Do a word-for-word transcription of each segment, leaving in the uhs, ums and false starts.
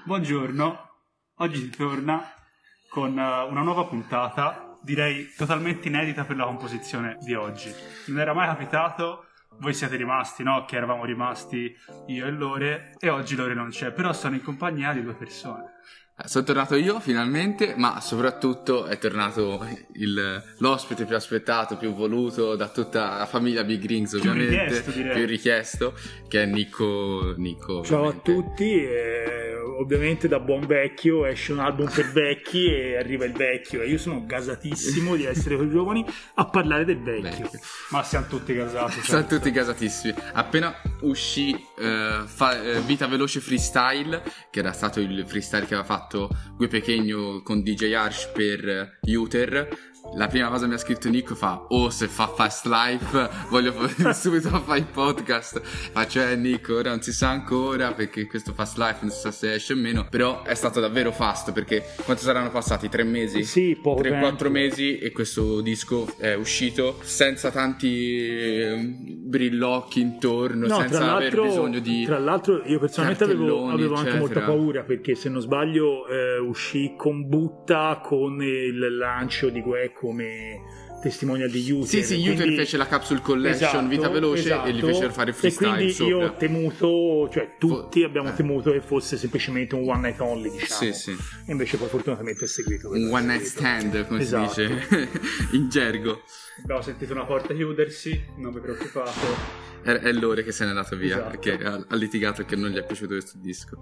Buongiorno, oggi si torna con una nuova puntata, direi totalmente inedita per la composizione di oggi. Non era mai capitato, voi siete rimasti, no? Che eravamo rimasti io e Lore, e oggi Lore non c'è, però sono in compagnia di due persone. Sono tornato io finalmente, ma soprattutto è tornato il, l'ospite più aspettato, più voluto da tutta la famiglia Big Rings, ovviamente, più richiesto, direi. più richiesto, che è Nico. Nico Ciao ovviamente. a tutti, e ovviamente da buon vecchio esce un album per vecchi e arriva il vecchio, e io sono gasatissimo di essere con i giovani a parlare del vecchio. Vecchio. Ma siamo tutti gasati. Sono tutti gasatissimi. Appena uscì eh, fa, eh, Vita Veloce Freestyle, che era stato il freestyle che aveva fatto Gue Pequeno con D J Arsh per Uter, la prima cosa mi ha scritto Nico, fa: oh, se fa Fast Life voglio subito fare il podcast. Faccio eh Nico, ora non si sa ancora perché questo Fast Life non si sa se esce o meno, però è stato davvero fast, perché quanto saranno passati? Tre mesi? Sì, poco tre quattro tempo. mesi, e questo disco è uscito senza tanti eh, brillocchi intorno, No, senza tra aver l'altro, bisogno di tra l'altro io personalmente avevo, cartelloni, avevo anche eccetera. molta paura, perché se non sbaglio eh, uscì con Butta con il lancio di Gue come testimonial di Uter. Sì, sì, Uter quindi- fece la capsule collection Esatto, Vita Veloce esatto. e gli fecero fare freestyle e quindi sopra. io ho temuto, cioè tutti Fo- abbiamo eh. temuto che fosse semplicemente un one night only, diciamo. Sì, sì. E invece poi fortunatamente è seguito. Un one night seguito. stand, come Esatto. si dice in gergo. Abbiamo sentito una porta chiudersi, non vi preoccupate. È, è Lore che se n'è andato via, Esatto. perché ha, ha litigato che non gli è piaciuto questo disco.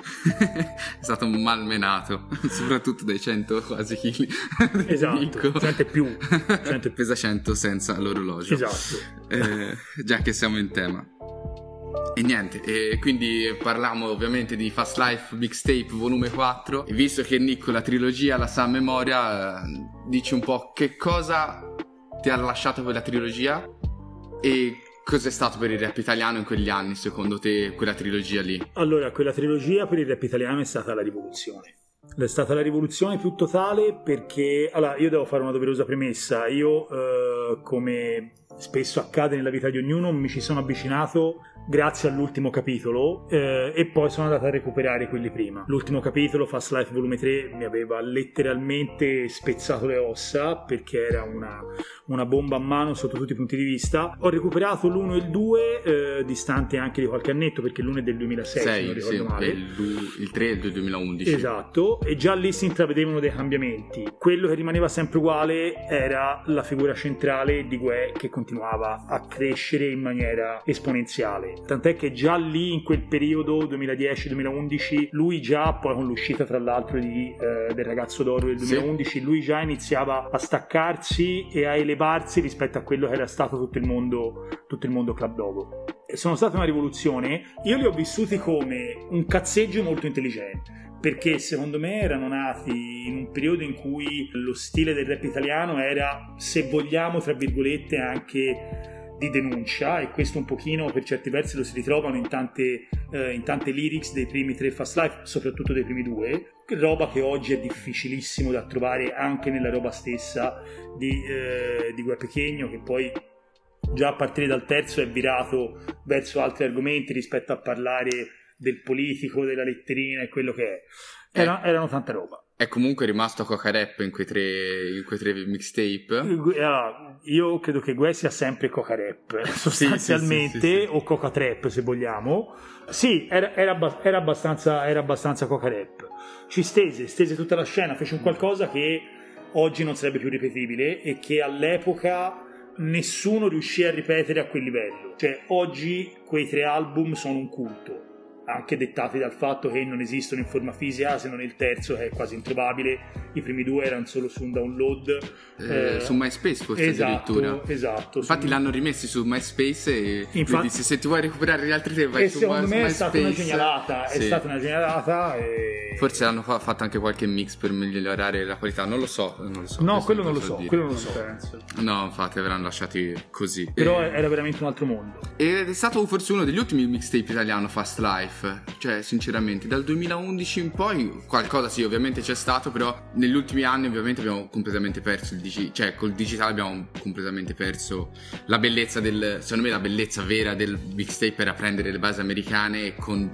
È stato malmenato, soprattutto dai cento quasi chili. Esatto, cento e più, cento e più. Pesa cento senza l'orologio. Esatto. Eh, già che siamo in tema. E niente, e quindi parliamo ovviamente di Fast Life Mixtape volume quattro, e visto che Nico la trilogia la sa a memoria, eh, dici un po' che cosa ti ha lasciato quella trilogia e cos'è stato per il rap italiano in quegli anni, secondo te, quella trilogia lì? Allora, quella trilogia per il rap italiano è stata la rivoluzione. È stata la rivoluzione più totale, perché allora io devo fare una doverosa premessa. Io eh, come spesso accade nella vita di ognuno, mi ci sono avvicinato grazie all'ultimo capitolo eh, e poi sono andato a recuperare quelli prima. L'ultimo capitolo, Fast Life volume tre, mi aveva letteralmente spezzato le ossa, perché era una, una bomba a mano sotto tutti i punti di vista. Ho recuperato l'uno e il due eh, distanti anche di qualche annetto, perché l'uno è del duemilasei, se non sei, ricordo sì, male. e il, il tre è del duemilaundici. Esatto, e già lì si intravedevano dei cambiamenti. Quello che rimaneva sempre uguale era la figura centrale di Gue, che continuava a crescere in maniera esponenziale. Tant'è che già lì, in quel periodo duemiladieci duemilaundici, lui già, poi con l'uscita tra l'altro di, eh, del Ragazzo d'Oro del duemilaundici, lui già iniziava a staccarsi e a elevarsi rispetto a quello che era stato tutto il mondo, tutto il mondo club dogo. Sono stata una rivoluzione. Io li ho vissuti come un cazzeggio molto intelligente, perché secondo me erano nati in un periodo in cui lo stile del rap italiano era, se vogliamo, tra virgolette, anche di denuncia, e questo un pochino per certi versi lo si ritrovano in tante, eh, in tante lyrics dei primi tre Fast Life, soprattutto dei primi due, roba che oggi è difficilissimo da trovare anche nella roba stessa di, eh, di Gue Pequeno, che poi già a partire dal terzo è virato verso altri argomenti rispetto a parlare del politico, della letterina e quello che è. Era, Eh. Erano tanta roba. È comunque rimasto Coca Rap in quei tre, in quei tre mixtape. Allora, io credo che Gue sia sempre Coca Rap, sostanzialmente, sì, sì, sì, sì. o Coca Trap se vogliamo. Sì, era, era, era, abbastanza, era abbastanza Coca Rap. Ci stese, stese tutta la scena, fece un qualcosa che oggi non sarebbe più ripetibile e che all'epoca nessuno riuscì a ripetere a quel livello. Cioè, oggi quei tre album sono un culto, anche dettati dal fatto che non esistono in forma fisica, se non il terzo, che è quasi introvabile. I primi due erano solo su un download Eh, eh, su MySpace forse esatto, addirittura. esatto. Infatti Su- l'hanno rimessi su MySpace e Infatti- lui disse: se ti vuoi recuperare gli altri tre vai e su secondo My- me è stata una MySpace. genialata, è Sì. stata una genialata e... Forse hanno fa- fatto anche qualche mix per migliorare la qualità, non lo so, non lo so. No, questo quello non lo posso so, dire. quello non lo so. Penso. No, infatti avranno lasciati così. Però Eh, era veramente un altro mondo. Ed è stato forse uno degli ultimi mixtape italiano Fast Life, cioè sinceramente dal duemilaundici in poi qualcosa sì ovviamente c'è stato, però negli ultimi anni ovviamente abbiamo completamente perso il digitale, cioè col digitale abbiamo completamente perso la bellezza del, secondo me la bellezza vera del mixtape era prendere le basi americane e con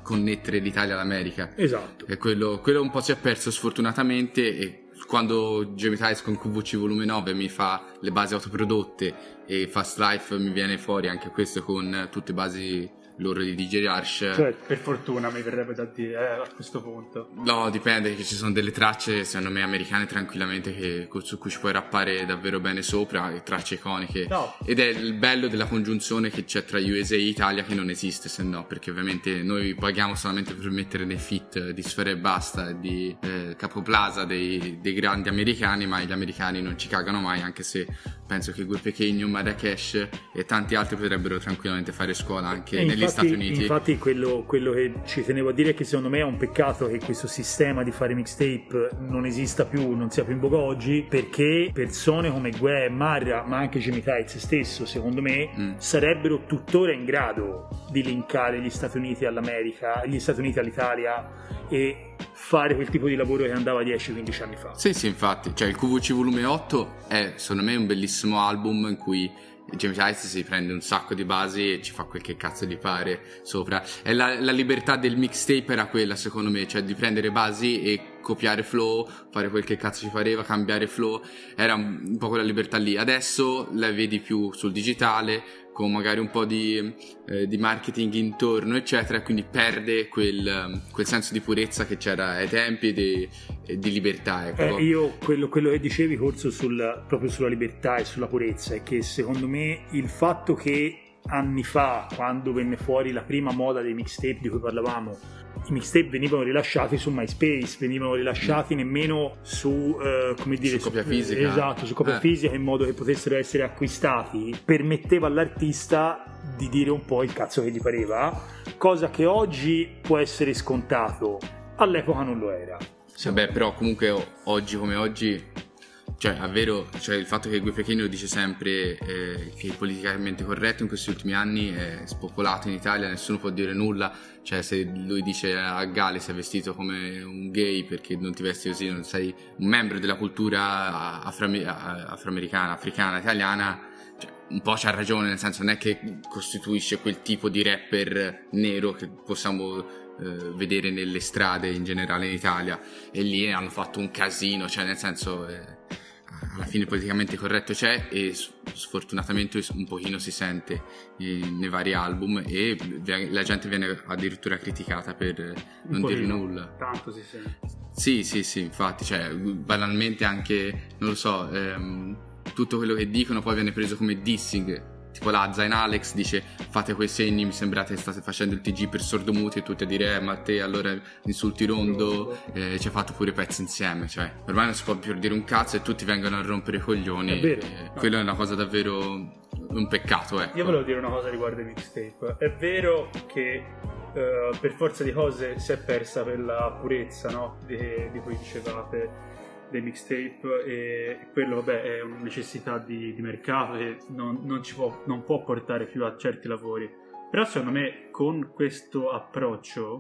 connettere l'Italia all'America. Esatto. E quello, quello un po' si è perso sfortunatamente, e quando Jamie Tights con Q V C volume nove mi fa le basi autoprodotte e Fast Life mi viene fuori anche questo con tutte basi loro di D J Arsh. Cioè, per fortuna mi verrebbe da dire eh, a questo punto. No, dipende, che ci sono delle tracce secondo me americane tranquillamente che, su cui ci puoi rappare davvero bene sopra, tracce iconiche. No. Ed è il bello della congiunzione che c'è tra U S A e Italia, che non esiste se no, perché ovviamente noi paghiamo solamente per mettere nei feat di Sfera e Basta e di eh, Capoplaza dei, dei grandi americani, ma gli americani non ci cagano mai, anche se penso che Gue Pequeno, Marrakesh e tanti altri potrebbero tranquillamente fare scuola anche E negli infatti, Stati Uniti. Infatti quello, quello che ci tenevo a dire è che secondo me è un peccato che questo sistema di fare mixtape non esista più, non sia più in voga oggi, perché persone come Gue e Marra, ma anche Jamie Tights stesso, secondo me, Mm. sarebbero tuttora in grado di linkare gli Stati Uniti all'America, gli Stati Uniti all'Italia e fare quel tipo di lavoro che andava dieci quindici anni fa. Sì, sì, infatti, cioè il Q V C volume otto è secondo me un bellissimo album in cui Jamie Tights si prende un sacco di basi e ci fa quel che cazzo gli pare sopra. E la, la libertà del mixtape era quella, secondo me, cioè di prendere basi e copiare flow, fare quel che cazzo ci pareva, cambiare flow, era un, un po' quella libertà lì. Adesso la vedi più sul digitale, con magari un po' di, eh, di marketing intorno, eccetera, e quindi perde quel, quel senso di purezza che c'era ai tempi di, di libertà, ecco. Eh, io quello, quello che dicevi, Corso, sul, proprio sulla libertà e sulla purezza, è che secondo me il fatto che anni fa, quando venne fuori la prima moda dei mixtape di cui parlavamo, i mixtape venivano rilasciati su MySpace, venivano rilasciati mm. nemmeno su, eh, come dire, su copia su, fisica. Esatto, su copia eh. fisica, in modo che potessero essere acquistati, permetteva all'artista di dire un po' il cazzo che gli pareva, cosa che oggi può essere scontato, all'epoca non lo era. Vabbè, però comunque oggi come oggi, cioè, è vero, cioè, il fatto che Gue Pequeno dice sempre eh, che il politicamente corretto in questi ultimi anni è spopolato in Italia, nessuno può dire nulla. Cioè, se lui dice a Gale sei vestito come un gay perché non ti vesti così, non sei un membro della cultura afro- afroamericana, africana, italiana, cioè, un po' c'ha ragione, nel senso non è che costituisce quel tipo di rapper nero che possiamo eh, vedere nelle strade in generale in Italia, e lì hanno fatto un casino, cioè nel senso eh, alla fine il politicamente corretto c'è e sfortunatamente un pochino si sente in, nei vari album, e la gente viene addirittura criticata per non dire nulla. Tanto si sente. Sì, sì, sì, infatti, cioè banalmente anche, non lo so, ehm, tutto quello che dicono poi viene preso come dissing. Tipo la Zayn Alex dice fate quei segni, mi sembrate che state facendo il T G per sordomuti, e tutti a dire eh, ma te allora insulti Rondo, eh, ci ha fatto pure pezzi insieme, cioè ormai non si può più dire un cazzo e tutti vengono a rompere i coglioni. È vero. Eh, quello è una cosa davvero un peccato, ecco. Io volevo dire una cosa riguardo i mixtape. È vero che uh, per forza di cose si è persa per la purezza, no? di, di cui dicevate, dei mixtape, e quello vabbè è una necessità di, di mercato che non, non ci può, non può portare più a certi lavori. Però secondo me con questo approccio,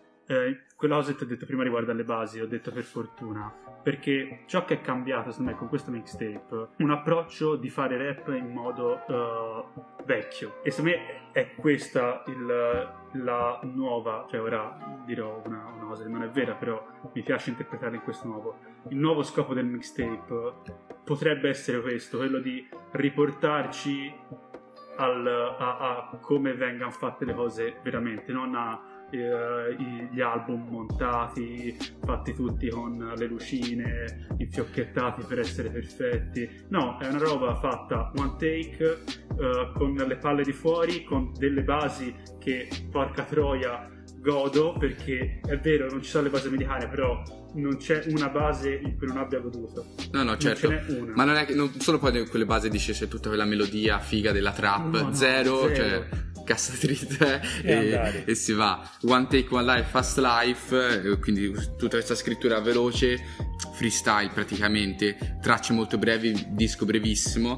eh, quella cosa che ti ho detto prima riguardo alle basi, ho detto per fortuna, perché ciò che è cambiato secondo me con questo mixtape, un approccio di fare rap in modo uh, vecchio, e secondo me è questa il, la nuova, cioè ora dirò una, una cosa che non è vera, però mi piace interpretarla in questo nuovo, il nuovo scopo del mixtape potrebbe essere questo, quello di riportarci al, a, a come vengano fatte le cose veramente, non a eh, gli album montati, fatti tutti con le lucine, infiocchettati per essere perfetti. No, è una roba fatta one take, eh, con le palle di fuori, con delle basi che, porca troia, godo, perché è vero non ci sono le basi americane, però non c'è una base in cui non abbia goduto. No, no, certo. Non ce n'è una. Ma non è che non solo poi quelle basi dice c'è tutta quella melodia figa della trap, No, no, zero, zero. cioè cassa dritta E e, andare. e si va. One take, one life, fast life, eh, quindi tutta questa scrittura veloce, freestyle praticamente, tracce molto brevi, disco brevissimo.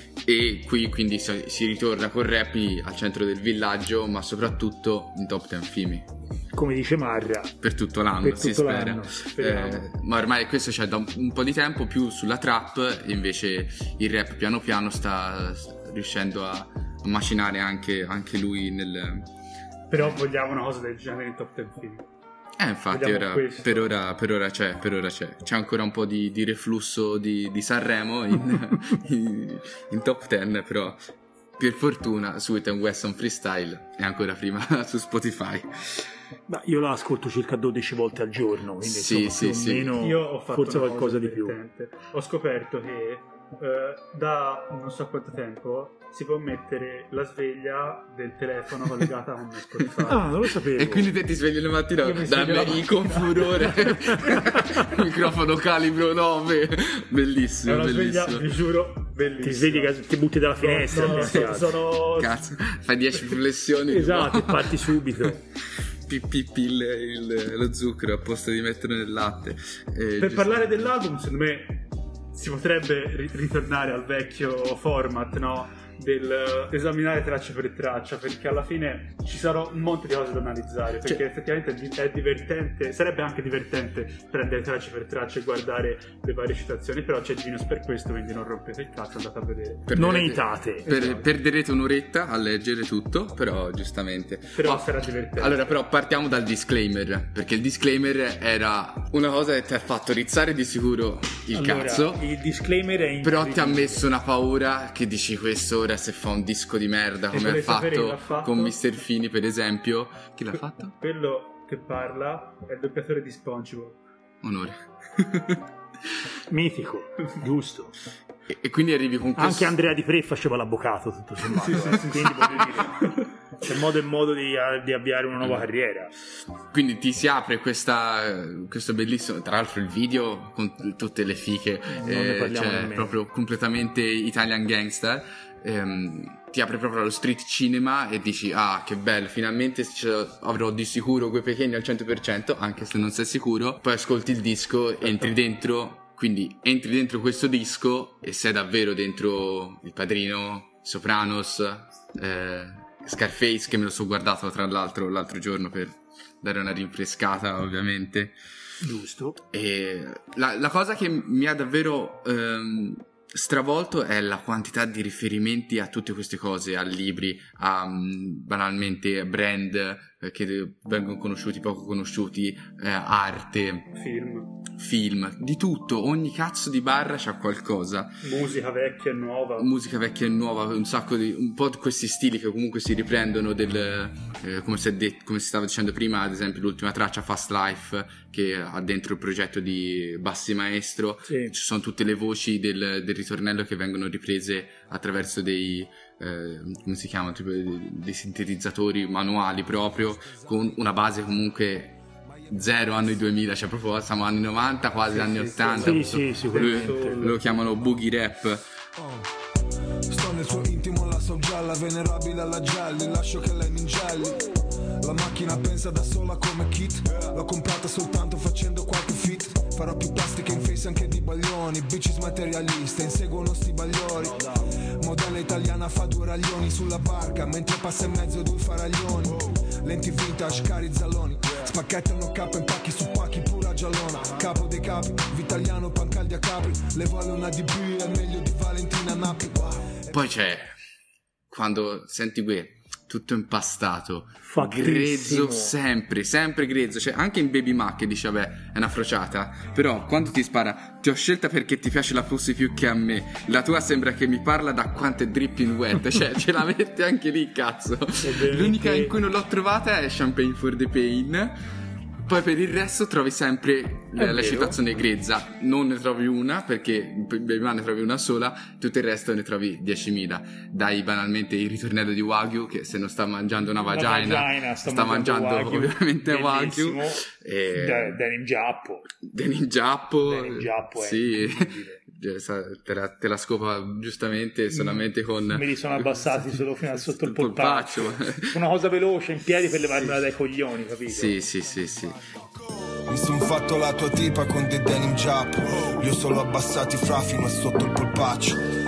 E qui quindi si, si ritorna con rap al centro del villaggio, ma soprattutto in top ten Fimi. Come dice Marra, Per tutto l'anno, per si tutto spera. l'anno, speriamo. Eh, ma ormai questo c'è da un, un po' di tempo più sulla trap, e invece il rap piano piano sta riuscendo a, a macinare anche, anche lui nel, Però vogliamo una cosa del genere in top dieci film. Eh, infatti, ora, per, ora, per ora c'è, per ora c'è. C'è ancora un po' di, di reflusso di, di Sanremo in, in, in top dieci, però per fortuna Sweet and Wesson Freestyle è ancora prima su Spotify. Ma io la ascolto circa dodici volte al giorno, quindi sì, insomma, sì, più o sì. meno Io ho fatto forse qualcosa di più. Ho scoperto che eh, da non so quanto tempo si può mettere la sveglia del telefono collegata con Spotify. Ah, non lo sapevo. E quindi te ti svegli la mattina Io mi da sveglio la me con furore. Microfono calibro nove. Bellissimo, È una sveglia, bellissimo. vi giuro, bellissima. Ti svegli che ti butti dalla finestra. No, no, sono, sono... Cazzo, fai dieci flessioni. Esatto, parti subito. Pippi il, il, lo zucchero a posto di metterlo nel latte. Eh, Per giusto. parlare dell'album, secondo me si potrebbe ri- ritornare al vecchio format, no? Del esaminare traccia per traccia, perché alla fine ci sarà un monte di cose da analizzare, perché Cioè, effettivamente è, di- è divertente, sarebbe anche divertente prendere traccia per traccia e guardare le varie citazioni, però c'è Genius per questo, quindi non rompete il cazzo, andate a vedere. Perderete- non eitate. per- Esatto. Perderete un'oretta a leggere tutto, però giustamente. Però Oh, sarà divertente. allora, però partiamo dal disclaimer, perché il disclaimer era una cosa che ti ha fatto rizzare di sicuro il Allora, cazzo. il disclaimer è Però ti ha incredibile. messo una paura che dici questo ora se fa un disco di merda come ha volete sapere chi fatto, l'ha fatto? con mister Fini per esempio. Chi l'ha fatto? Quello che parla è il doppiatore di SpongeBob. Onore. Mitico, giusto. e, e quindi arrivi con questo... Anche Andrea Di Pre faceva l'avvocato, tutto sommato. Sì, sì, eh. sì, Quindi voglio dire, c'è modo e modo di, di avviare una nuova carriera. Quindi ti si apre questa, questo bellissimo, tra l'altro il video con tutte le fiche, Non ne parliamo cioè nemmeno. proprio completamente Italian gangster, ehm, ti apre proprio allo street cinema e dici ah che bello, finalmente ce- avrò di sicuro quei pequeni al cento per cento, anche se non sei sicuro, poi ascolti il disco, entri dentro, quindi entri dentro questo disco e sei davvero dentro Il Padrino, Sopranos, eh, Scarface, che me lo so guardato tra l'altro l'altro giorno per dare una rinfrescata ovviamente. Giusto. E la, la cosa che mi ha davvero ehm, stravolto è la quantità di riferimenti a tutte queste cose, a libri, a um, banalmente brand eh, che vengono conosciuti, poco conosciuti, eh, arte, Film, film, di tutto, ogni cazzo di barra c'ha qualcosa. musica vecchia e nuova. Musica vecchia e nuova, un sacco di un po' di questi stili che comunque si riprendono del eh, come si è detto, come si stava dicendo prima, ad esempio l'ultima traccia Fast Life che ha dentro il progetto di Bassi Maestro. Sì. Ci sono tutte le voci del, del ritornello che vengono riprese attraverso dei eh, come si chiama, tipo dei, dei sintetizzatori manuali proprio, con una base comunque zero anni duemila, cioè proprio siamo anni novanta, quasi Sì, anni sì, ottanta. sì, questo- sì, sicuramente. lo, lo chiamano boogie rap. Sto nel suo intimo, la so gialla, venerabile alla Gelli, lascio che lei mi ingelli. La macchina pensa da sola come kit, l'ho comprata soltanto facendo qualche fit. Farò più plastica in face anche di baglioni, bitches materialiste, inseguono sti bagliori. Modella italiana fa due raglioni sulla barca, mentre passa in mezzo due faraglioni. Lenti vintage, cari zaloni, spacchettano capo in pacchi su pacchi, pura giallona. Capo dei capi, vitaliano, pancaldi a capri. Le vuole una D B, è meglio di Valentina Nappi. Poi c'è quando senti qui tutto impastato, Fattissimo. grezzo, sempre, sempre grezzo. Cioè anche in Baby Mac che dice vabbè è una frociata, però quando ti spara ti ho scelta perché ti piace la pussy più che a me, la tua sembra che mi parla da quanto è dripping wet. Cioè ce la mette anche lì, cazzo. veramente- L'unica in cui non l'ho trovata è Champagne for the Pain. Poi per il resto trovi sempre la, la vero. citazione grezza, non ne trovi una perché Baby Man ne trovi una sola, tutto il resto ne trovi diecimila. Dai banalmente il ritornello di Wagyu che se non sta mangiando una Una vagina, vagina, sta sta mangiando mangiando, Wagyu, ovviamente Wagyu. bellissimo. E... Da- Denim Giappo. Denim Giappo, Denim Giappo è sì, incredibile. Cioè, sa- te la, te la scopa giustamente solamente con... Me li sono abbassati solo fino a sotto il Il polpaccio. polpaccio. Una cosa veloce in piedi per levarmela dai coglioni, capito? Sì, sì, sì, sì. Mi son fatto la tua tipa con dei denim giappo. Io solo abbassati fra fino a sotto il polpaccio.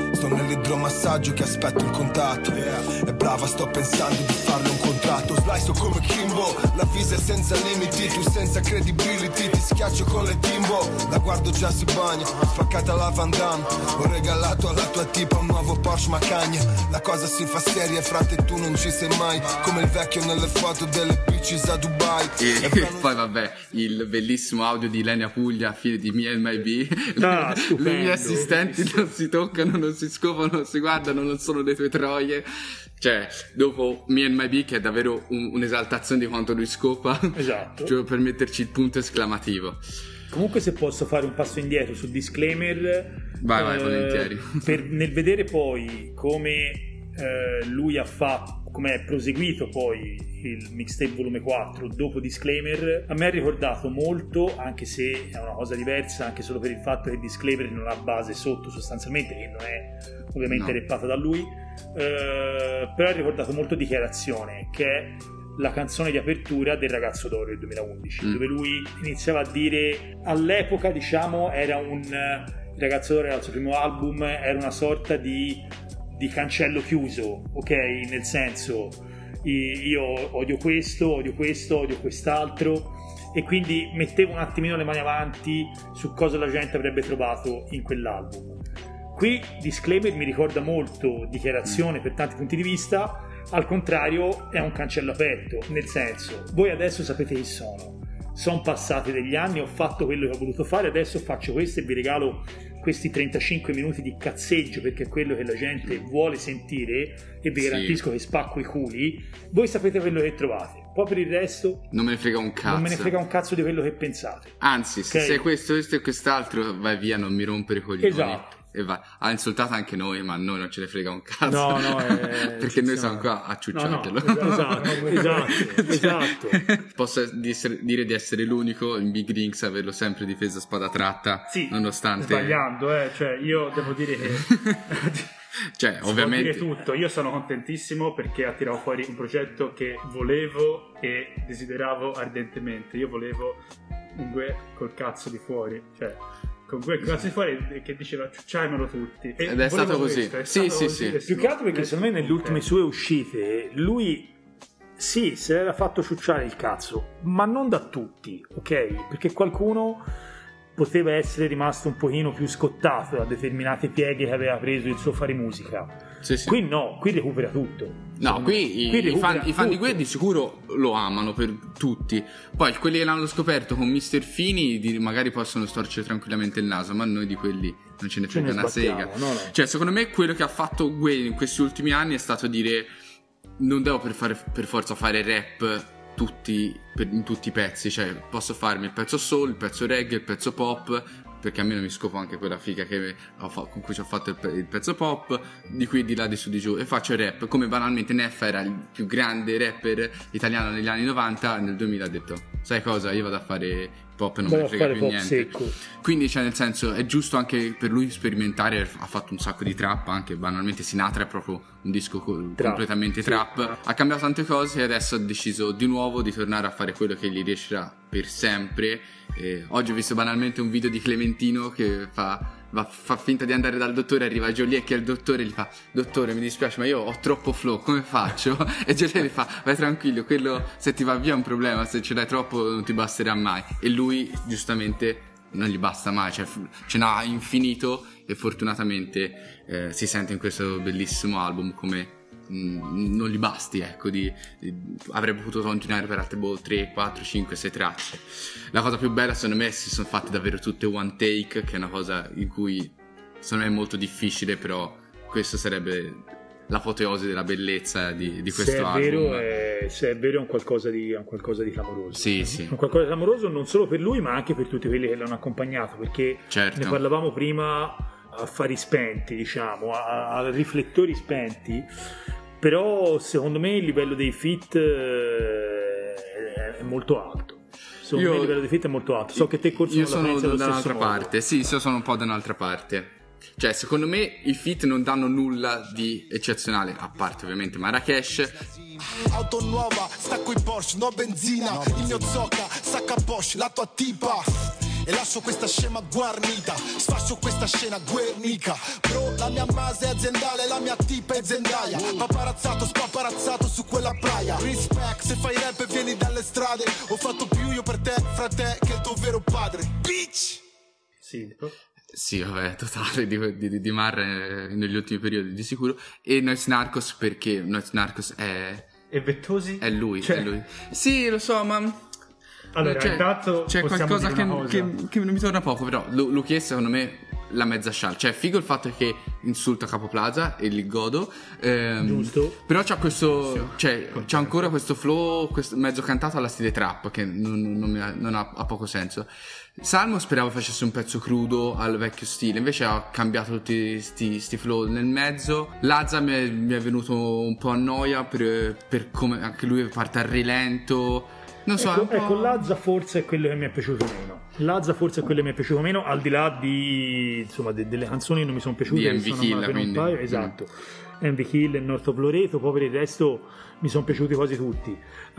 Sto nell'idromassaggio che aspetto il contatto. È brava, sto pensando di farle un contratto. Slice come Kimbo, la visa è senza limiti, tu senza credibility, ti schiaccio con le timbo. La guardo già si bagna, spaccata la Van Damme. Ho regalato alla tua tipa un nuovo Porsche Macan. La cosa si fa seria, frate, tu non ci sei mai. Come il vecchio nelle foto delle beaches a Dubai. E, e poi vabbè, il bellissimo audio di Lenia Puglia, fine di Me and My B. Ah, Le mie assistenti non si toccano, non si scopano, non si guardano, non sono le tue troie. Cioè, dopo Me and My B, che è davvero un, un'esaltazione di quanto lui scopa, esatto, cioè per metterci il punto esclamativo. Comunque, se posso fare un passo indietro sul disclaimer, vai vai eh, volentieri. Per, nel vedere poi come eh, lui ha fatto, come è proseguito poi il mixtape volume quattro dopo Disclaimer, a me ha ricordato molto, anche se è una cosa diversa, anche solo per il fatto che Disclaimer non ha base sotto sostanzialmente, che non è ovviamente No. reppata da lui, eh, però ha ricordato molto Dichiarazione, che è la canzone di apertura del Ragazzo d'Oro del duemilaundici, Mm. dove lui iniziava a dire, all'epoca diciamo era un il Ragazzo d'Oro era il suo primo album, era una sorta di, di cancello chiuso, ok? Nel senso, i- io odio questo, odio questo, odio quest'altro, e quindi mettevo un attimino le mani avanti su cosa la gente avrebbe trovato in quell'album. Qui Disclaimer mi ricorda molto Dichiarazione per tanti punti di vista, al contrario è un cancello aperto, nel senso, voi adesso sapete chi sono, sono passati degli anni, ho fatto quello che ho voluto fare, adesso faccio questo e vi regalo questi trentacinque minuti di cazzeggio perché è quello che la gente vuole sentire e vi Sì. garantisco che spacco i culi, voi sapete quello che trovate, poi per il resto Non me ne frega un cazzo. non me ne frega un cazzo di quello che pensate. Anzi, se Ok. sei questo, questo e quest'altro, vai via, non mi rompere i coglioni. Esatto. E vai. Ha insultato anche noi, ma a noi non ce ne frega un cazzo. No, no, è perché noi siamo eccezionale. qua a ciucciarglielo. No, no, esatto, esatto, esatto. Posso di essere- dire di essere l'unico in Big Rings a averlo sempre difeso a spada tratta, Sì, nonostante... sbagliando, eh, cioè io devo dire che Cioè, Si può ovviamente... dire tutto. Io sono contentissimo perché ha tirato fuori un progetto che volevo e desideravo ardentemente. Io volevo un Gue col cazzo di fuori, cioè con Gue col cazzo di fuori che diceva ciucciamelo tutti. E Ed è stato volevo così. questo, è Sì, stato sì, così, sì. e più che altro perché secondo me nelle ultime Ok. sue uscite lui sì, se l'era fatto ciucciare il cazzo, ma non da tutti, ok? Perché qualcuno poteva essere rimasto un pochino più scottato da determinate pieghe che aveva preso il suo fare musica. Sì, sì. Qui no, qui recupera tutto. No, qui, i, i fan, i fan di Gue Gue di sicuro lo amano per tutti. Poi quelli che l'hanno scoperto con mister Fini di- magari possono storcere tranquillamente il naso, ma noi di quelli non ce ne Ce frega ne una sbattiamo, sega. no, no. Cioè, secondo me quello che ha fatto Gue in questi ultimi anni è stato dire: non devo per, fare, per forza fare rap tutti, per- in tutti i pezzi. Cioè, posso farmi il pezzo soul, il pezzo reggae, il pezzo pop, perché a me non mi scopo anche quella figa che ho fa- con cui ci ho fatto il, pe- il pezzo pop, di qui, di là, di su, di giù, e faccio il rap. Come banalmente Neffa era il più grande rapper italiano negli anni novanta, nel duemila ha detto: sai cosa, io vado a fare pop e non Vado me a ne frega fare più pop niente. secco. Quindi, cioè, nel senso, è giusto anche per lui sperimentare. Ha fatto un sacco di trap, anche banalmente Sinatra è proprio un disco co- Trap, completamente sì. trap. Ha cambiato tante cose e adesso ha deciso di nuovo di tornare a fare quello che gli riuscirà per sempre. E oggi ho visto banalmente un video di Clementino che fa, va- fa finta di andare dal dottore, arriva Joliet che è il dottore, gli fa: dottore, mi dispiace ma io ho troppo flow, come faccio? E Joliet gli fa: vai tranquillo, quello se ti va via è un problema, se ce l'hai troppo non ti basterà mai. E lui giustamente non gli basta mai, cioè f- ce n'ha infinito, e fortunatamente eh, si sente in questo bellissimo album come mh, non gli basti, ecco, di, di- avrebbe potuto continuare per altre boh, tre, quattro, cinque, sei tracce. La cosa più bella secondo me è che si sono fatte davvero tutte one take, che è una cosa in cui secondo me è molto difficile, però questo sarebbe l'apoteosi della bellezza di, di questo se è album. vero è, se è vero è un qualcosa di, è un qualcosa di clamoroso. Sì, sì. È un qualcosa di clamoroso non solo per lui ma anche per tutti quelli che l'hanno accompagnato, perché Certo. ne parlavamo prima a affari spenti, diciamo, a, a riflettori spenti, però secondo me il livello dei feat eh, è molto alto. Secondo Io- me il livello dei feat è molto alto. So che te corso Io non la sono pensi da allo stesso un'altra modo. parte, sì, io sono un po' da un'altra parte. Cioè, secondo me i feat non danno nulla di eccezionale, a parte ovviamente Marrakesh. Auto nuova, stacco i Porsche, no benzina. Il mio zocca, sacca Porsche, la tua tipa. e lascio questa scema guarnita, sfascio questa scena guernica. Bro, la mia base è aziendale, la mia tipa è Zendaya. Paparazzato, spaparazzato su quella playa. Respect, se fai rap e vieni dalle strade. Ho fatto più io per te, frate, che il tuo vero padre. Bitch! Sì, Sì, vabbè, totale di, di, di Marre negli ultimi periodi di sicuro. E Nois Narcos perché Nois Narcos è... E Vettosi? È lui, cioè... è lui. Sì, lo so, ma... Allora, c'è, intanto c'è qualcosa che, cosa. che, che non mi torna poco, però Lu- Luchè secondo me la mezza scial. Cioè, figo il fatto che insulta Capo Plaza e li godo. Ehm, Giusto. Però c'ha questo... Cioè, c'ha ancora questo flow questo mezzo cantato alla stile trap, che non, non, mi ha, non ha, ha poco senso. Salmo speravo facesse un pezzo crudo al vecchio stile, invece ha cambiato tutti sti, sti flow nel mezzo. Lazza mi è, mi è venuto un po' a noia per, per come anche lui parte al rilento. Non so, ecco, ecco, Lazza forse è quello che mi è piaciuto meno. Lazza forse è quello che mi è piaciuto meno, al di là di insomma de, delle canzoni che non mi sono piaciute, di che M V sono Kill, per un paio, esatto. M V Kill e North of Loreto, poi per il resto mi sono piaciuti quasi tutti. A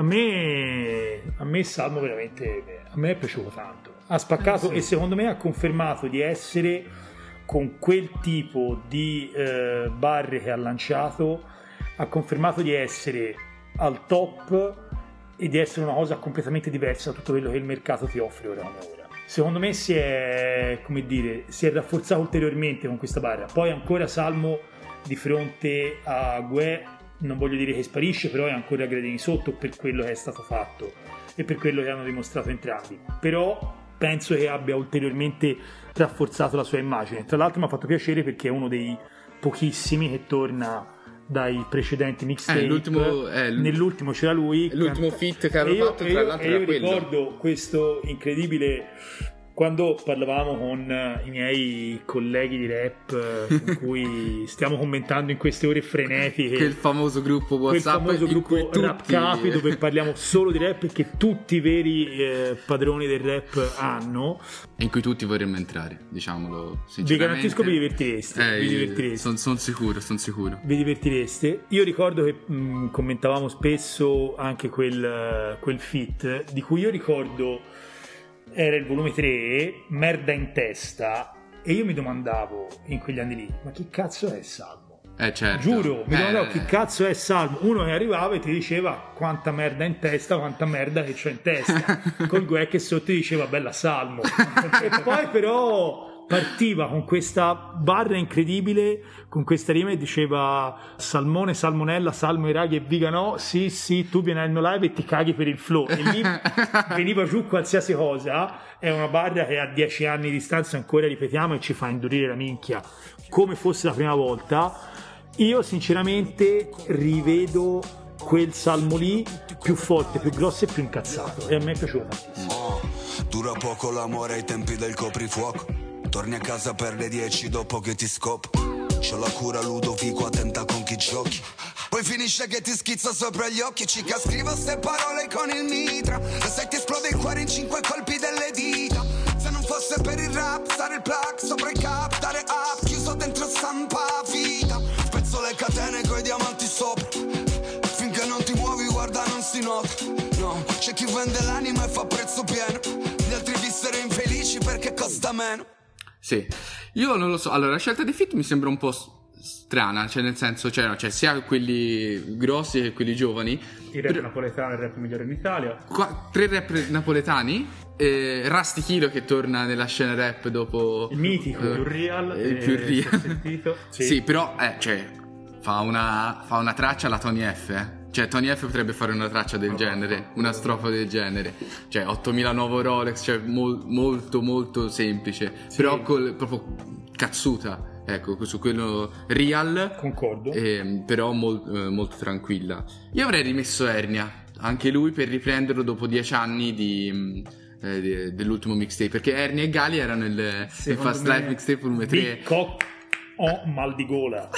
me a me Salmo veramente a me è piaciuto tanto. Ha spaccato, eh, sì. E secondo me ha confermato di essere, con quel tipo di eh, barre che ha lanciato, ha confermato di essere al top e di essere una cosa completamente diversa da tutto quello che il mercato ti offre ora come ora. Secondo me si è, come dire, si è rafforzato ulteriormente con questa barra. Poi ancora Salmo di fronte a Gue, non voglio dire che sparisce, però è ancora a gradini sotto per quello che è stato fatto e per quello che hanno dimostrato entrambi. Però penso che abbia ulteriormente rafforzato la sua immagine. Tra l'altro mi ha fatto piacere perché è uno dei pochissimi che torna dai precedenti mixtape. Eh, l'ultimo, eh, nell'ultimo c'era lui, l'ultimo canta... feat che aveva fatto, tra io, l'altro e io era quello. ricordo questo incredibile, quando parlavamo con i miei colleghi di rap con cui stiamo commentando in queste ore frenetiche, quel famoso gruppo WhatsApp, quel famoso gruppo tutti... Rap Capi, dove parliamo solo di rap e che tutti i veri eh, padroni del rap hanno, in cui tutti vorremmo entrare, diciamolo sinceramente. Vi garantisco vi divertireste, eh, vi divertireste. Sono son sicuro, sono sicuro. Vi divertireste. Io ricordo che mh, commentavamo spesso anche quel, quel feat, di cui io ricordo era il volume tre, Merda in testa, e io mi domandavo in quegli anni lì, ma che cazzo è Salmo? Eh certo. Giuro, mi eh, domandavo che cazzo è Salmo. Uno che arrivava e ti diceva quanta merda in testa, quanta merda che c'ho in testa, col Gue che sotto ti diceva bella Salmo. E poi però partiva con questa barra incredibile, con questa rima e diceva salmone, salmonella, salmo, iraghi e viganò, sì sì, tu vieni al mio live e ti caghi per il flow, e lì veniva giù qualsiasi cosa. È una barra che a dieci anni di distanza ancora ripetiamo e ci fa indurire la minchia come fosse la prima volta. Io sinceramente rivedo quel Salmo lì più forte, più grosso e più incazzato, e a me è piaciuto tantissimo. Oh, dura poco l'amore ai tempi del coprifuoco, torni a casa per le dieci dopo che ti scopro. C'ho la cura Ludovico, attenta con chi giochi. Poi finisce che ti schizza sopra gli occhi. Cica, scrivo ste parole con il mitra, e se ti esplode il cuore in cinque colpi delle dita. Se non fosse per il rap, stare il plug sopra il cap, dare up, chiuso dentro stampa vita. Spezzo le catene coi diamanti sopra, finché non ti muovi guarda non si nota. No, c'è chi vende l'anima e fa prezzo pieno, gli altri vissero infelici perché costa meno. Sì, io non lo so. Allora, la scelta dei feat mi sembra un po' strana, cioè nel senso, cioè, no, cioè sia quelli grossi che quelli giovani. Il rap per... napoletano, il rap migliore in Italia. Qua, tre rap napoletani. Eh, Rusty Kilo che torna nella scena rap dopo il mitico, eh, il più real, il più real. Sentito. Sì. Sì, però eh, cioè, fa una, fa una traccia alla Tony F, eh. Cioè Tony F potrebbe fare una traccia del genere, una strofa del genere. Cioè ottomila nuovo Rolex, cioè mol, molto molto semplice, sì. Però col, proprio cazzuta. Ecco, su quello real. Concordo. Eh, però mol, eh, molto tranquilla. Io avrei rimesso Ernia, anche lui, per riprenderlo dopo dieci anni di, eh, di, dell'ultimo mixtape, perché Ernia e Gali erano nel, nel Fast Life mixtape volume tre. Big cock o mal di gola.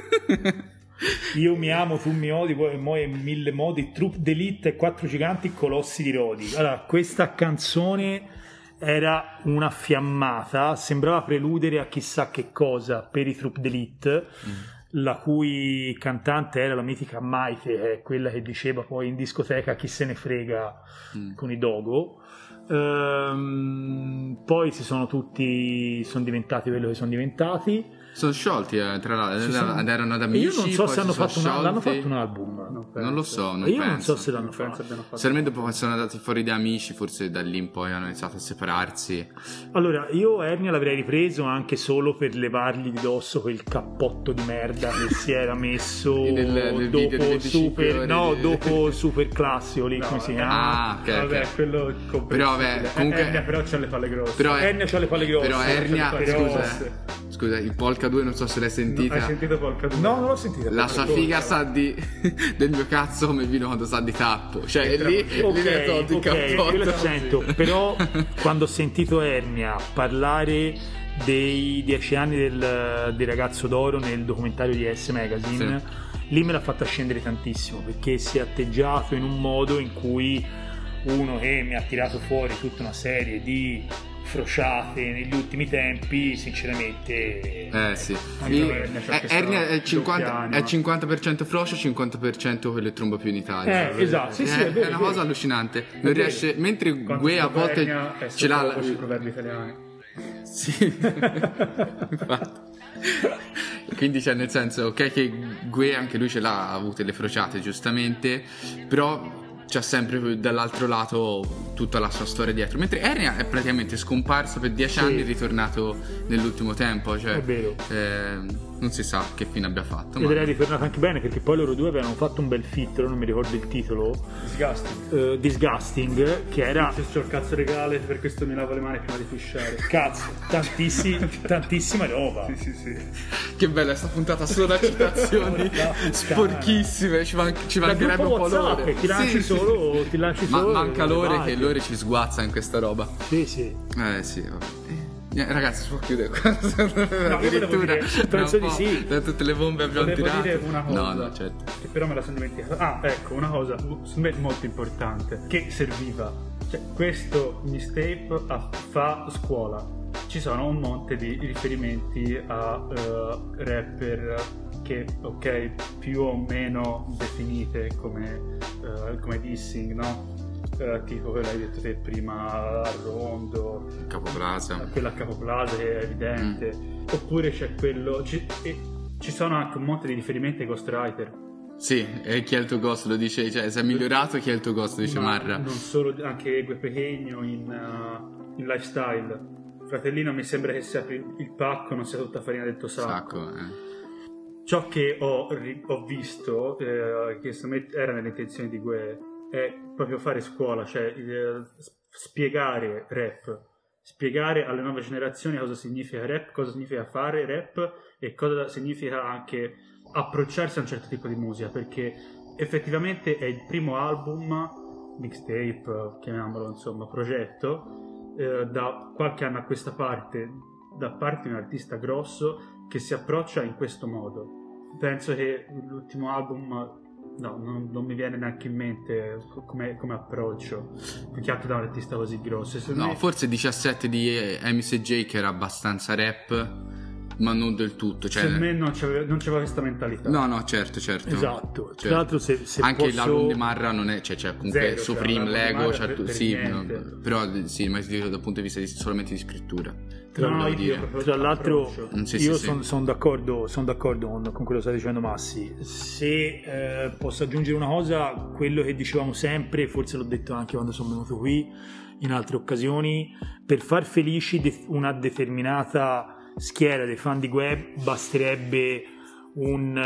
Io mi amo, tu mi odi, poi mo in mille modi, Troop d'Elite e quattro giganti colossi di Rodi. Allora, questa canzone era una fiammata, sembrava preludere a chissà che cosa per i Troop d'Elite. Mm. la cui cantante era la mitica Maite, che è quella che diceva poi in discoteca chi se ne frega mm. con i Dogo. Ehm, poi si sono tutti sono diventati quello che sono diventati. Sono sciolti, eh, tra l'altro, sono... erano ad amici. Io non so se hanno fatto, una... l'hanno fatto un album. Non, non lo so, non io penso. non so se l'hanno fatto. Sicuramente dopo sono andati fuori da amici, forse da lì in poi hanno iniziato a separarsi. Allora, io Ernia l'avrei ripreso anche solo per levargli di dosso quel cappotto di merda che si era messo nel, nel dopo super, no, di... dopo super classico lì, no, come si chiama? Ah, ok, vabbè, okay. quello però vabbè, comunque Ernia però c'ha le palle grosse. Però Ernia c'ha le palle grosse. Però Ernia, però... scusa. Scusa, il Polka due non so se l'hai sentita. No, hai sentito Polka due? No, non l'ho sentita. La sua figa sa di del mio cazzo come il vino quando sa di tappo. Cioè è lì, ok, lì ne so di ok, cappotto. Io lo sento. Però quando ho sentito Ernia parlare dei dieci anni del, del ragazzo d'oro nel documentario di S Magazine, sì. lì me l'ha fatta scendere tantissimo, perché si è atteggiato in un modo in cui uno che mi ha tirato fuori tutta una serie di frociate negli ultimi tempi, sinceramente eh sì il, eh, Ernia è cinquanta, è cinquanta per cento frocio, cinquanta per cento quello che tromba più in Italia. Eh, esatto, sì, è, sì, è, vero, è una vero. cosa allucinante. Non riesce, mentre Gue a volte ce l'ha i proverbi italiani. Sì. Infatti. Quindi c'è, nel senso, ok che Gue anche lui ce l'ha, ha avute le frociate giustamente, però c'ha sempre dall'altro lato tutta la sua storia dietro, mentre Ernia è praticamente scomparso per dieci sì. anni e ritornato nell'ultimo tempo, cioè è vero. Eh, non si sa che fine abbia fatto, ed ma... è ritornato anche bene, perché poi loro due avevano fatto un bel fit, non mi ricordo il titolo. Disgusting uh, Disgusting, che era c'ho il cazzo regale, per questo mi lavo le mani prima di fisciare. Cazzo, tantissi, tantissima roba. Sì sì sì. Che bella sta puntata, solo a citazioni sporchissime, ci, man- ci mancherebbe un po' l'ore. Ti lanci sì, solo, sì. ti lanci Ma solo manca l'ore, che l'ore ci sguazza in questa roba. Sì sì. Eh sì, vabbè. Eh, ragazzi, si può chiudere qua? No, addirittura penso di sì. Da tutte le bombe abbiamo volevo tirato. dire una cosa, no, no, certo. che però me la sono dimenticata. Ah, ecco, una cosa secondo me molto importante, che serviva. Cioè, questo mixtape a, fa scuola. Ci sono un monte di riferimenti a uh, rapper che, ok, più o meno definite come, uh, come dissing, no? Uh, tipo quello hai detto te prima, a Rondo, Capoplaza, quella a Capoplaza che è evidente, mm. oppure c'è quello ci, e, ci sono anche un monte di riferimenti ai ghostwriter. Sì, e chi è il tuo ghost lo dice, cioè si è migliorato, chi è il tuo ghost lo dice Ma Marra. Non solo, anche Gue Pequeno in, uh, in Lifestyle. Fratellino, mi sembra che sia il pacco, non sia tutta farina del tuo sacco. Sacco eh. Ciò che ho, ho visto, eh, che secondo me era nelle intenzioni di Gue, è proprio fare scuola, cioè eh, spiegare rap, spiegare alle nuove generazioni cosa significa rap, cosa significa fare rap e cosa significa anche approcciarsi a un certo tipo di musica, perché effettivamente è il primo album, mixtape, chiamiamolo insomma, progetto, eh, da qualche anno a questa parte, da parte di un artista grosso che si approccia in questo modo. Penso che l'ultimo album... No, non, non mi viene neanche in mente come, come approccio, più che altro da un artista così grosso. No, me... forse diciassette di M C J che era abbastanza rap, ma non del tutto. Cioè... Secondo me non c'aveva, non c'aveva questa mentalità. No, no, certo, certo. Esatto. Certo. Tra l'altro, se, se anche posso... l'album di Marra non è, cioè, cioè comunque Zero, Supreme, cioè, Lego, cioè, per, per sì, niente. no, però sì, ma dal punto di vista di, solamente di scrittura. Tra, no, io, tra l'altro mm, sì, io sì, sono sì. son d'accordo, son d'accordo con, con quello che sta dicendo Massi. Se eh, posso aggiungere una cosa, quello che dicevamo sempre, forse l'ho detto anche quando sono venuto qui in altre occasioni, per far felici de- una determinata schiera dei fan di Gue basterebbe un,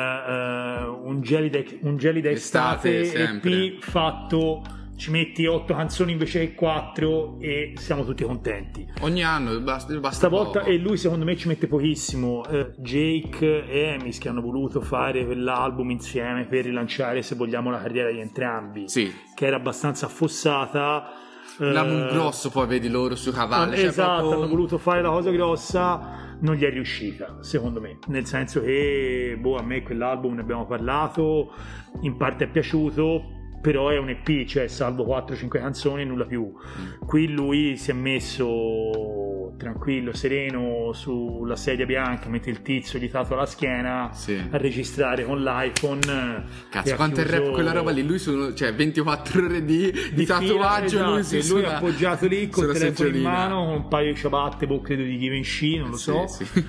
uh, un gelida un gelida estate, estate E P fatto, ci metti otto canzoni invece che quattro e siamo tutti contenti ogni anno, basta, basta stavolta poco. E lui secondo me ci mette pochissimo. uh, Jake e Emis che hanno voluto fare quell'album insieme per rilanciare, se vogliamo, la carriera di entrambi, sì, che era abbastanza affossata. L'album uh, grosso poi vedi loro su cavallo, esatto, cioè proprio... hanno voluto fare la cosa grossa, non gli è riuscita secondo me, nel senso che boh, a me quell'album ne abbiamo parlato, in parte è piaciuto, però è un E P, cioè salvo quattro cinque canzoni e nulla più. mm. Qui lui si è messo tranquillo, sereno sulla sedia bianca, mentre il tizio gli tatua la schiena, sì, a registrare con l'iPhone. Cazzo, quanto è rap quella roba lì? Lui su, cioè ventiquattro ore di, di, di tatuaggio, fila, lui, esatto, si lui è appoggiato lì col telefono seggiolina in mano con un paio di ciabatte, boh, credo di Givenchy, non lo so, sì, sì.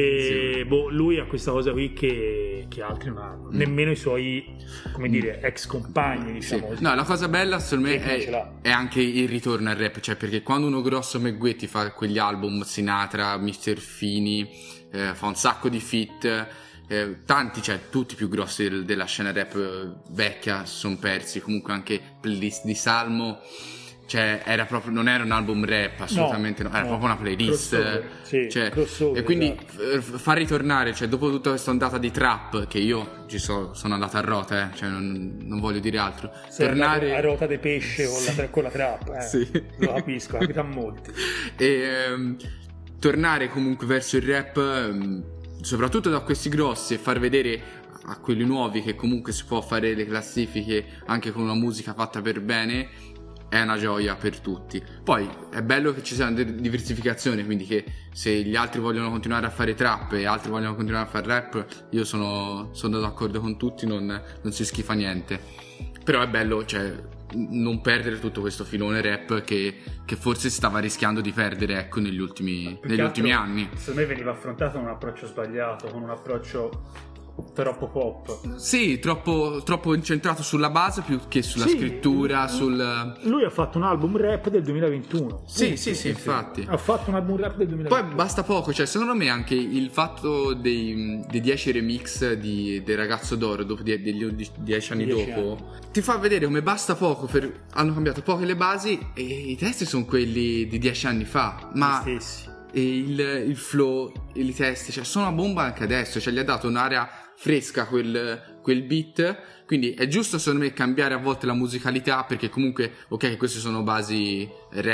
E sì. boh, lui ha questa cosa qui che, che altri non hanno, mm. nemmeno i suoi, come dire, ex compagni, diciamo. Sì. No, la cosa bella secondo me è, è anche il ritorno al rap, cioè perché quando uno grosso come Guetti fa quegli album, Sinatra, mister Fini, eh, fa un sacco di feat, eh, tanti, cioè tutti i più grossi del, della scena rap eh, vecchia sono persi, comunque anche playlist di Salmo, cioè era proprio, non era un album rap, assolutamente no, no era no. proprio una playlist, crossover, sì, cioè, crossover, e quindi esatto. f- far ritornare, cioè dopo tutta questa ondata di trap, che io ci so, sono andato a rota, eh, cioè non, non voglio dire altro, sei tornare a rota di pesce con, sì. la, con la trap, eh. Sì. Lo capisco, capita a molti. E ehm, tornare comunque verso il rap, ehm, soprattutto da questi grossi, e far vedere a quelli nuovi che comunque si può fare le classifiche anche con una musica fatta per bene, è una gioia per tutti. Poi è bello che ci sia una diversificazione, quindi che se gli altri vogliono continuare a fare trap e altri vogliono continuare a fare rap, io sono, sono d'accordo con tutti, non, non si schifa niente. Però è bello, cioè, non perdere tutto questo filone rap che, che forse si stava rischiando di perdere, ecco, negli ultimi, negli ultimi anni. Secondo me veniva affrontato con un approccio sbagliato, con un approccio troppo pop. Sì, troppo, troppo incentrato sulla base più che sulla sì, scrittura, lui, sul... lui ha fatto un album rap del duemilaventuno. Sì, sì, sì, sì, infatti. Ha fatto un album rap del duemilaventuno. Poi basta poco, cioè secondo me anche il fatto dei, dei dieci remix di, del Ragazzo d'Oro dopo die, degli dieci anni dieci dopo anni. Ti fa vedere come basta poco per, hanno cambiato poche le basi e i testi sono quelli di dieci anni fa, ma Gli stessi. E il, il flow, i testi, cioè sono una bomba anche adesso, cioè gli ha dato un'area fresca quel, quel beat, quindi è giusto secondo me cambiare a volte la musicalità, perché comunque ok queste sono basi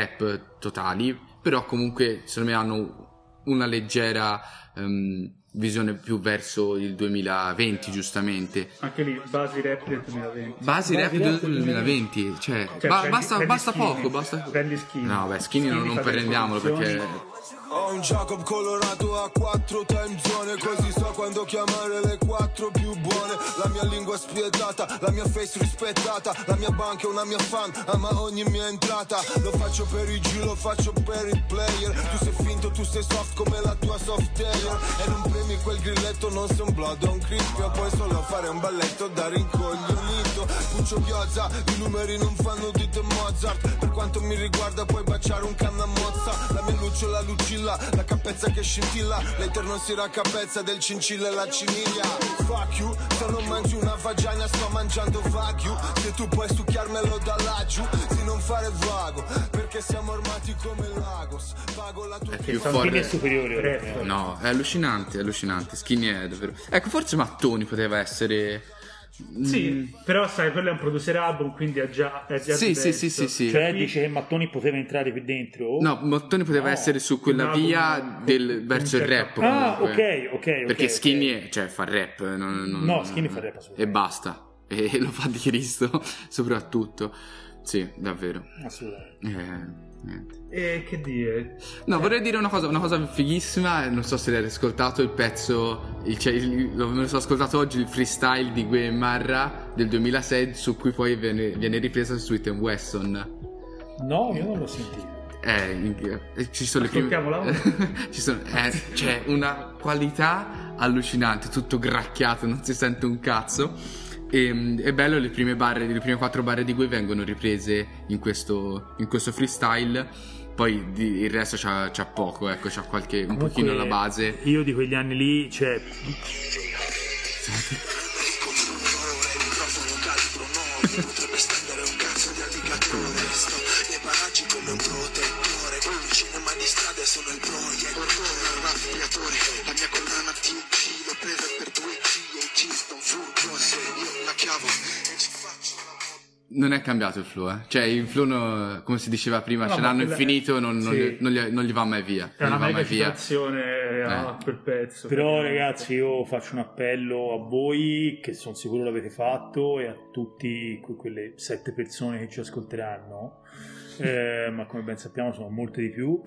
rap totali, però comunque secondo me hanno una leggera um, visione più verso il duemilaventi, giustamente. Anche lì basi rap del duemilaventi. Basi, basi rap, rap del duemilaventi, cioè, cioè ba- prendi, basta, prendi basta skinny, poco, basta. Prendi Skinny. No, beh, Skinny, Skinny non, non prendiamolo perché ho un Jacob colorato a quattro time zone, così so quando chiamare le quattro più buone. La mia lingua è spietata, la mia face rispettata, la mia banca è una mia fan, ama ogni mia entrata. Lo faccio per i G, lo faccio per i player. Tu sei finto, tu sei soft come la tua software. E non premi quel grilletto, non sei un blood, un crispio. Puoi solo fare un balletto da rincoglionito. Puccio Piazza, i numeri non fanno di te Mozart. Per quanto mi riguarda puoi baciare un canna mozza. La mia lucciola lucilla, la cappezza che scintilla, l'eter non si raccapezza del cincilla e la ciniglia. Fuck you, se non mangi una vagina sto mangiando Wagyu. Se tu puoi succhiarmelo da laggiù, di non fare vago, perché siamo armati come Lagos. Pago la tua più forte è superiore. No, è allucinante, è allucinante. Skinny è davvero. Ecco, forse Mattoni poteva essere. Sì, mm. però sai, quello è un producer album, quindi è già, è già sì, sì, sì, sì, sì. Cioè dice che Mattoni poteva entrare qui dentro? No, Mattoni poteva no, essere su quella via del, verso il rap. Ah, ok, ok, perché okay, Skinny okay. È, cioè, fa rap. Non, non, no, Skinny fa rap e basta. E lo fa di Cristo, soprattutto. Sì, davvero. Assolutamente. Eh, niente. E che dire? No, vorrei dire una cosa, una cosa fighissima. Non so se l'hai ascoltato il pezzo. Il, cioè, il, lo, me lo sono ascoltato oggi, il freestyle di Gue Marra del duemilasei, su cui poi viene, viene ripresa su Smith and Wesson. No, io non l'ho sentito. Eh, eh, ci sono le prime. ci sono, eh, c'è una qualità allucinante, tutto gracchiato, non si sente un cazzo. E, è bello, le prime barre, le prime quattro barre di Gue vengono riprese in questo, in questo freestyle. Poi di, il resto c'ha, c'ha poco, ecco, c'ha qualche un comunque, pochino la base. Io di quegli anni lì, cioè. Potrebbe stendere un cazzo di alligatore. Sto nei paraggi come un protettore. Il cinema di strada sono il proiettore. Raffiatore, la mia collana ti uccido. Presa per due G e G sto un furgone. Io la chiavo e ci faccio la. Non è cambiato il flow, eh. Cioè il flow, no, come si diceva prima, no, ce l'hanno infinito, è... non, non, sì. gli, non, gli, non gli va mai via. È una mega via. situazione a eh. quel pezzo. Però ragazzi, io faccio un appello a voi, che sono sicuro l'avete fatto, e a tutti que- quelle sette persone che ci ascolteranno. eh, ma come ben sappiamo sono molte di più.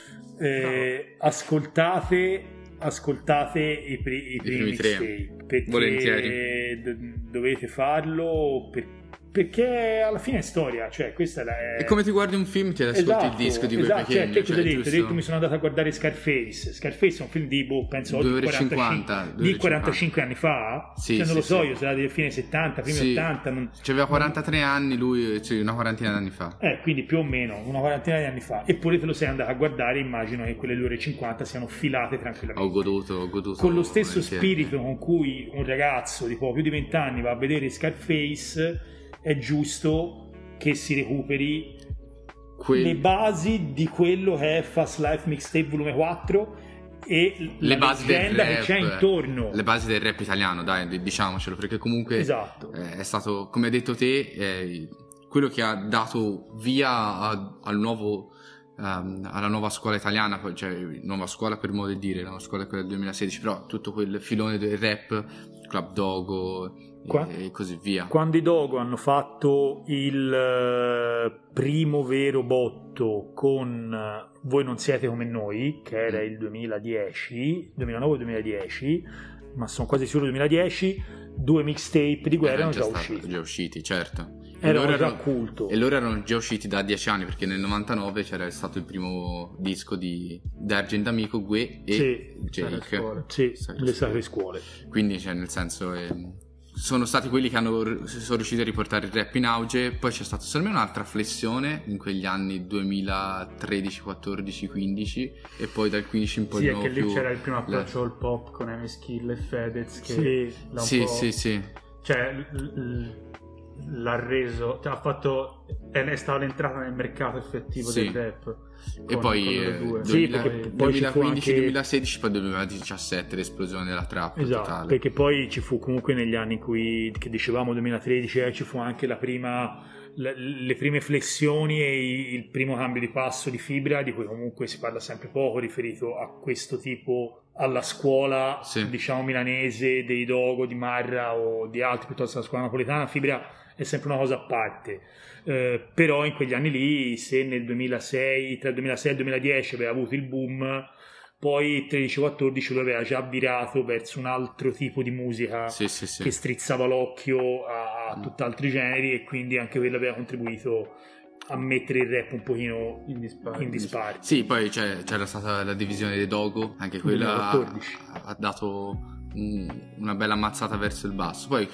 Eh, ascoltate ascoltate i, pri- i, I primi primi tre. mixtape, perché Volentieri. d- dovete farlo per- perché alla fine è storia, cioè questa è la, E come ti guardi un film ti ascolti esatto, il disco di quei esatto, cioè, pequeni. te cosa cioè, hai detto? Hai giusto? detto mi sono andato a guardare Scarface. Scarface è un film di, boh, penso oggi due ore e quarantacinque, cinquanta, due ore di e quarantacinque anni fa, Sì, cioè, non sì, lo so, sì. io sarà del fine settanta, primi Sì. ottanta, non... C'aveva quarantatré anni lui, cioè una quarantina d'anni fa. Eh, quindi più o meno una quarantina di anni fa, eppure te lo sei andato a guardare, immagino che quelle due ore e cinquanta siano filate tranquillamente. Ho goduto, ho goduto. Con lo stesso volentieri. spirito con cui un ragazzo di poco più di venti anni va a vedere Scarface, è giusto che si recuperi Quel- le basi di quello che è Fast Life Mixtape volume quattro e le la basi del leggenda rap, che c'è intorno. le basi del rap italiano, dai, diciamocelo, perché comunque Esatto. eh, è stato, come hai detto te, eh, quello che ha dato via a- al nuovo ehm, alla nuova scuola italiana, poi, cioè nuova scuola per modo di dire, la nuova scuola è quella del duemilasedici, però tutto quel filone del rap, Club Dogo Qua- e, e così via. Quando i Dogo hanno fatto il eh, primo vero botto con eh, Voi non siete come noi, che era il duemiladieci, duemilanove duemiladieci, ma sono quasi sicuro duemiladieci, due mixtape di guerra erano già stato- usciti. già usciti, certo. E Erano loro già erano- culto. E loro erano già usciti da dieci anni, perché nel novantanove c'era stato il primo disco di D'Argent Amico, Gue e Sì. Jake. Sì, Sai, le sì. sacre scuole. Quindi, cioè, nel senso, ehm, sono stati quelli che hanno, sono riusciti a riportare il rap in auge. Poi c'è stata secondo me un'altra flessione in quegli anni duemilatredici, quattordici, quindici, e poi dal quindici in poi Sì, di è nuovo che lì più c'era il primo la- approccio al pop con M Skill e Fedez che Sì. l'ha un Sì, po'... sì, sì. cioè l- l- l'ha reso, cioè, ha fatto è stata l'entrata nel mercato effettivo Sì. del rap E con- poi con loro eh, due. Sì, duemila- perché poi ci fu duemilaquindici, anche- duemilasedici, poi duemiladiciassette l'esplosione della trap Esatto, totale. perché poi ci fu comunque negli anni in cui, che dicevamo duemilatredici, eh, ci fu anche la prima, le, le prime flessioni e i- il primo cambio di passo di fibra, di cui comunque si parla sempre poco riferito a questo tipo, alla scuola, Sì. diciamo milanese, dei Dogo, di Marra o di altri, piuttosto che la scuola napoletana. Fibra è sempre una cosa a parte. Eh, però in quegli anni lì, se nel duemilasei, tra il duemilasei e il duemiladieci aveva avuto il boom, poi tredici quattordici lui aveva già virato verso un altro tipo di musica Sì, sì, sì. che strizzava l'occhio a, a tutt'altri generi, e quindi anche quello aveva contribuito a mettere il rap un pochino in disparte. in disparte. Sì, poi c'è- c'era stata la divisione dei Dogo, anche quella ha, duemilaquattordici. ha dato mm, una bella ammazzata verso il basso. Poi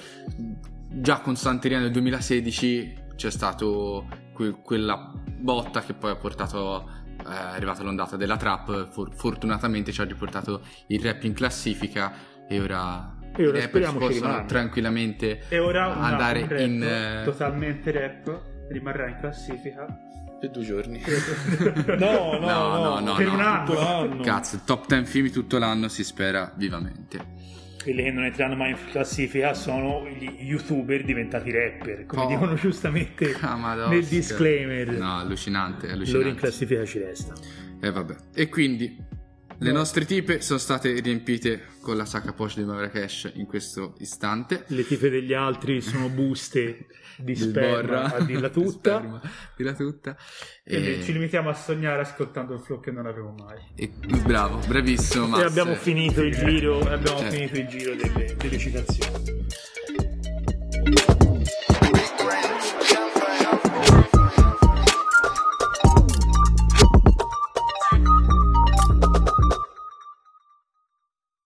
già con Santeria nel duemilasedici c'è stato que- quella botta che poi ha portato, eh, è arrivata l'ondata della trap, for- fortunatamente ci ha riportato il rap in classifica, e ora, E ora i rapper speriamo ci possono rimanga. tranquillamente E ora una- andare un rap in eh, totalmente rap rimarrà in classifica per due giorni. No, no, No, no, no, no, per no. un anno. Cazzo, top dieci film tutto l'anno, si spera vivamente. Quelli che non entreranno mai in classifica sono gli youtuber diventati rapper, come Oh. dicono giustamente Ah, madosca. nel disclaimer. No, allucinante, Loro in allucinante. classifica ci resta. E vabbè. E quindi le No. nostre tipe sono state riempite con la sacca poche di Marrakesh in questo istante. Le tipe degli altri sono buste di Del sperma, Borra. a dirla tutta. Sperma, dirla tutta. quindi E, ci limitiamo a sognare ascoltando un flow che non avevo mai. e- bravo, bravissimo E Max. abbiamo finito il giro, e abbiamo Cioè. finito il giro delle, delle citazioni.